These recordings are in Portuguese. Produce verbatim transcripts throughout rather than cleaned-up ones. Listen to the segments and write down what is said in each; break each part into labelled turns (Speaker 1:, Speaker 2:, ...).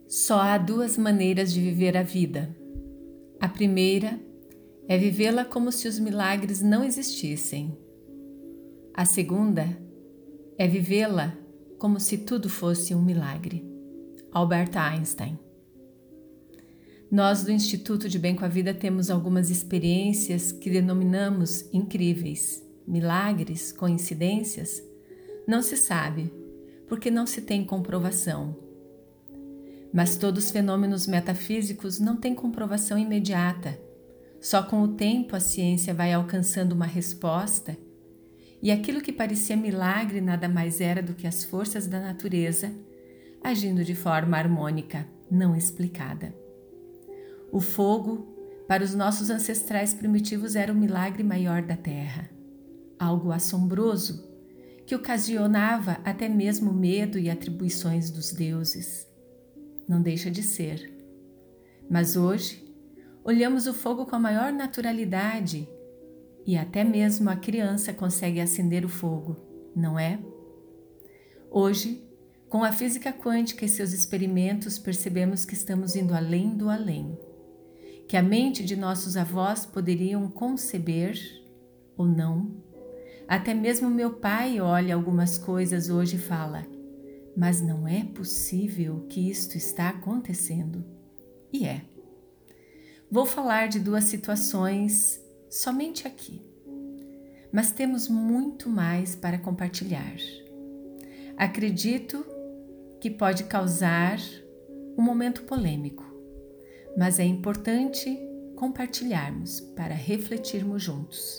Speaker 1: Só há duas maneiras de viver a vida. A primeira é vivê-la como se os milagres não existissem. A segunda é vivê-la como se tudo fosse um milagre. Albert Einstein. Nós do Instituto de Bem com a Vida temos algumas experiências que denominamos incríveis. Milagres, coincidências? Não se sabe, porque não se tem comprovação. Mas todos os fenômenos metafísicos não têm comprovação imediata. Só com o tempo a ciência vai alcançando uma resposta, e aquilo que parecia milagre nada mais era do que as forças da natureza agindo de forma harmônica, não explicada. O fogo, para os nossos ancestrais primitivos, era o milagre maior da Terra, algo assombroso que ocasionava até mesmo medo e atribuições dos deuses. Não deixa de ser. Mas hoje, olhamos o fogo com a maior naturalidade e até mesmo a criança consegue acender o fogo, não é? Hoje, com a física quântica e seus experimentos, percebemos que estamos indo além do além, que a mente de nossos avós poderiam conceber ou não. Até mesmo meu pai olha algumas coisas hoje e fala: mas não é possível que isto está acontecendo. E é. Vou falar de duas situações somente aqui, mas temos muito mais para compartilhar. Acredito que pode causar um momento polêmico, mas é importante compartilharmos para refletirmos juntos.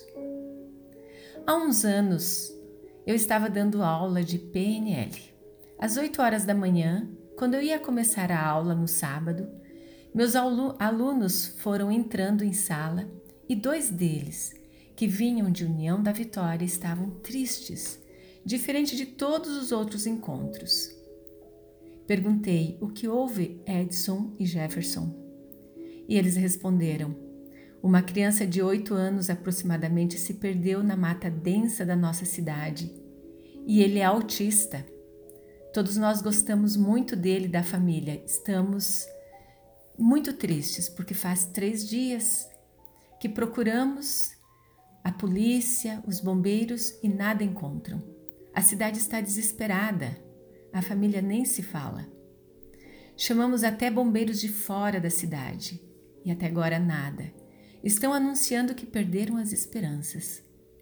Speaker 1: Há uns anos, eu estava dando aula de P N L. Às oito horas da manhã, quando eu ia começar a aula no sábado, meus alunos foram entrando em sala e dois deles, que vinham de União da Vitória, estavam tristes, diferente de todos os outros encontros. Perguntei o que houve, Edson e Jefferson, e eles responderam: uma criança de oito anos aproximadamente se perdeu na mata densa da nossa cidade e ele é autista. Todos nós gostamos muito dele e da família. Estamos muito tristes porque faz três dias que procuramos a polícia, os bombeiros e nada encontram. A cidade está desesperada, a família nem se fala. Chamamos até bombeiros de fora da cidade e até agora nada. Estão anunciando que perderam as esperanças.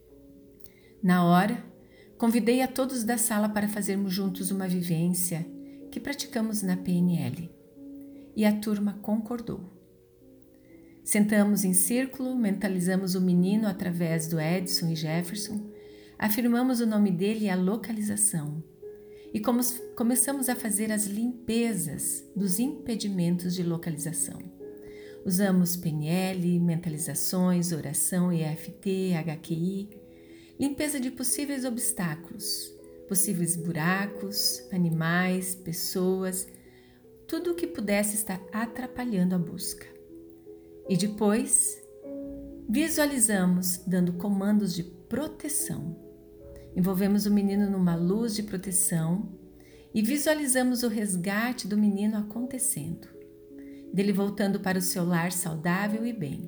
Speaker 1: Na hora, convidei a todos da sala para fazermos juntos uma vivência que praticamos na P N L. E a turma concordou. Sentamos em círculo, mentalizamos o menino através do Edson e Jefferson, afirmamos o nome dele e a localização. E começamos a fazer as limpezas dos impedimentos de localização. Usamos P N L, mentalizações, oração, E F T, H Q I, limpeza de possíveis obstáculos, possíveis buracos, animais, pessoas, tudo o que pudesse estar atrapalhando a busca. E depois, visualizamos dando comandos de proteção. Envolvemos o menino numa luz de proteção e visualizamos o resgate do menino acontecendo, dele voltando para o seu lar saudável e bem.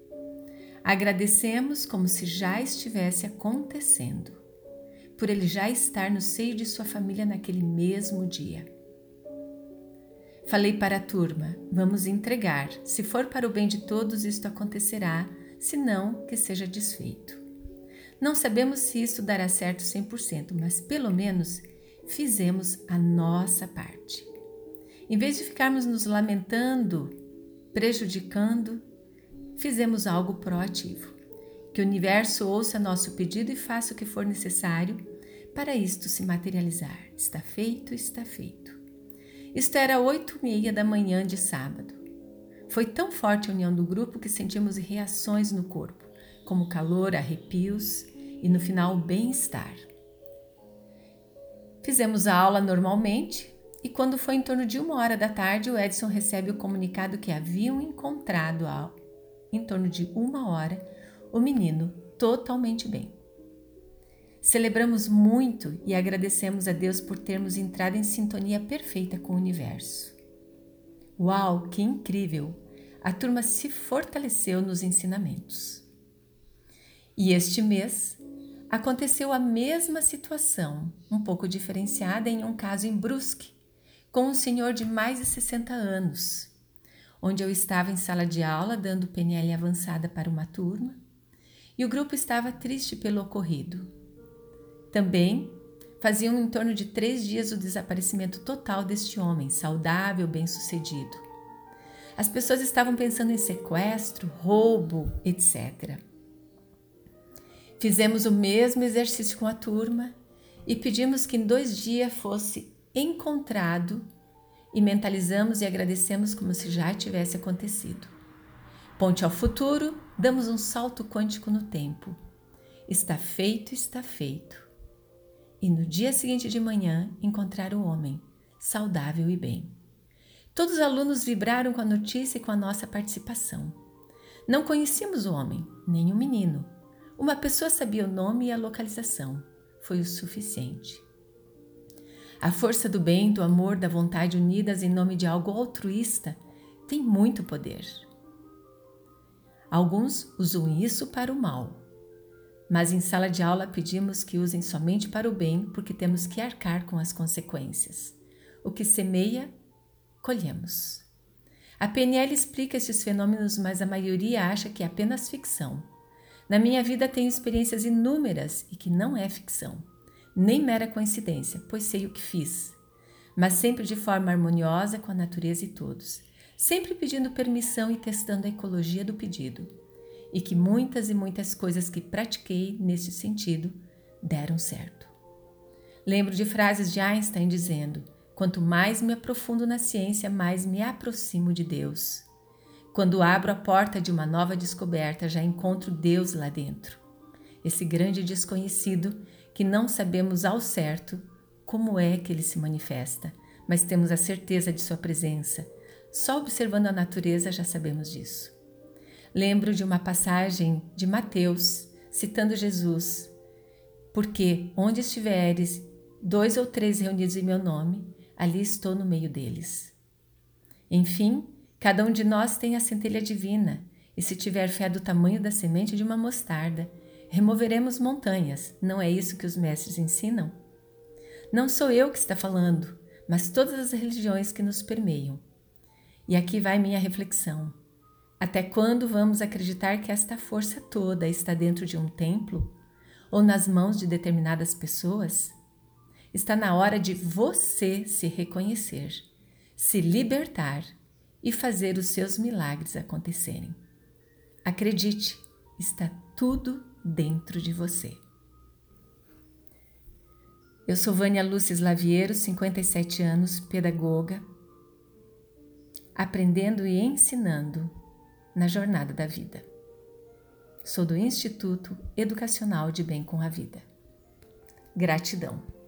Speaker 1: Agradecemos como se já estivesse acontecendo, por ele já estar no seio de sua família naquele mesmo dia. Falei para a turma: vamos entregar, se for para o bem de todos isto acontecerá, se não, que seja desfeito. Não sabemos se isso dará certo cem por cento, mas pelo menos fizemos a nossa parte. Em vez de ficarmos nos lamentando, prejudicando, fizemos algo proativo. Que o universo ouça nosso pedido e faça o que for necessário para isto se materializar. Está feito, está feito. Isto era oito e meia da manhã de sábado. Foi tão forte a união do grupo que sentimos reações no corpo, como calor, arrepios e no final bem-estar. Fizemos a aula normalmente e quando foi em torno de uma hora da tarde, o Edson recebe o comunicado que haviam encontrado ao, em torno de uma hora o menino totalmente bem. Celebramos muito e agradecemos a Deus por termos entrado em sintonia perfeita com o universo. Uau, que incrível! A turma se fortaleceu nos ensinamentos. E este mês aconteceu a mesma situação, um pouco diferenciada em um caso em Brusque, com um senhor de mais de sessenta anos, onde eu estava em sala de aula dando P N L avançada para uma turma e o grupo estava triste pelo ocorrido. Também faziam em torno de três dias o desaparecimento total deste homem, saudável, bem-sucedido. As pessoas estavam pensando em sequestro, roubo, etcétera. Fizemos o mesmo exercício com a turma e pedimos que em dois dias fosse encontrado e mentalizamos e agradecemos como se já tivesse acontecido. Ponte ao futuro, damos um salto quântico no tempo. Está feito, está feito. E no dia seguinte de manhã, encontrar o homem, saudável e bem. Todos os alunos vibraram com a notícia e com a nossa participação. Não conhecíamos o homem, nem o menino. Uma pessoa sabia o nome e a localização. Foi o suficiente. A força do bem, do amor, da vontade unidas em nome de algo altruísta tem muito poder. Alguns usam isso para o mal, mas em sala de aula pedimos que usem somente para o bem, porque temos que arcar com as consequências. O que semeia, colhemos. A P N L explica esses fenômenos, mas a maioria acha que é apenas ficção. Na minha vida tenho experiências inúmeras e que não é ficção. Nem mera coincidência, pois sei o que fiz, mas sempre de forma harmoniosa com a natureza e todos, sempre pedindo permissão e testando a ecologia do pedido, e que muitas e muitas coisas que pratiquei nesse sentido deram certo. Lembro de frases de Einstein dizendo: quanto mais me aprofundo na ciência, mais me aproximo de Deus. Quando abro a porta de uma nova descoberta, já encontro Deus lá dentro. Esse grande desconhecido que não sabemos ao certo como é que ele se manifesta, mas temos a certeza de sua presença. Só observando a natureza já sabemos disso. Lembro de uma passagem de Mateus, citando Jesus, porque onde estiveres dois ou três reunidos em meu nome, ali estou no meio deles. Enfim, cada um de nós tem a centelha divina, e se tiver fé do tamanho da semente de uma mostarda, removeremos montanhas. Não é isso que os mestres ensinam? Não sou eu que está falando, mas todas as religiões que nos permeiam. E aqui vai minha reflexão. Até quando vamos acreditar que esta força toda está dentro de um templo ou nas mãos de determinadas pessoas? Está na hora de você se reconhecer, se libertar e fazer os seus milagres acontecerem. Acredite, está tudo dentro de você. Eu sou Vânia Lúcia Slaviero, cinquenta e sete anos, pedagoga, aprendendo e ensinando na jornada da vida. Sou do Instituto Educacional de Bem com a Vida. Gratidão.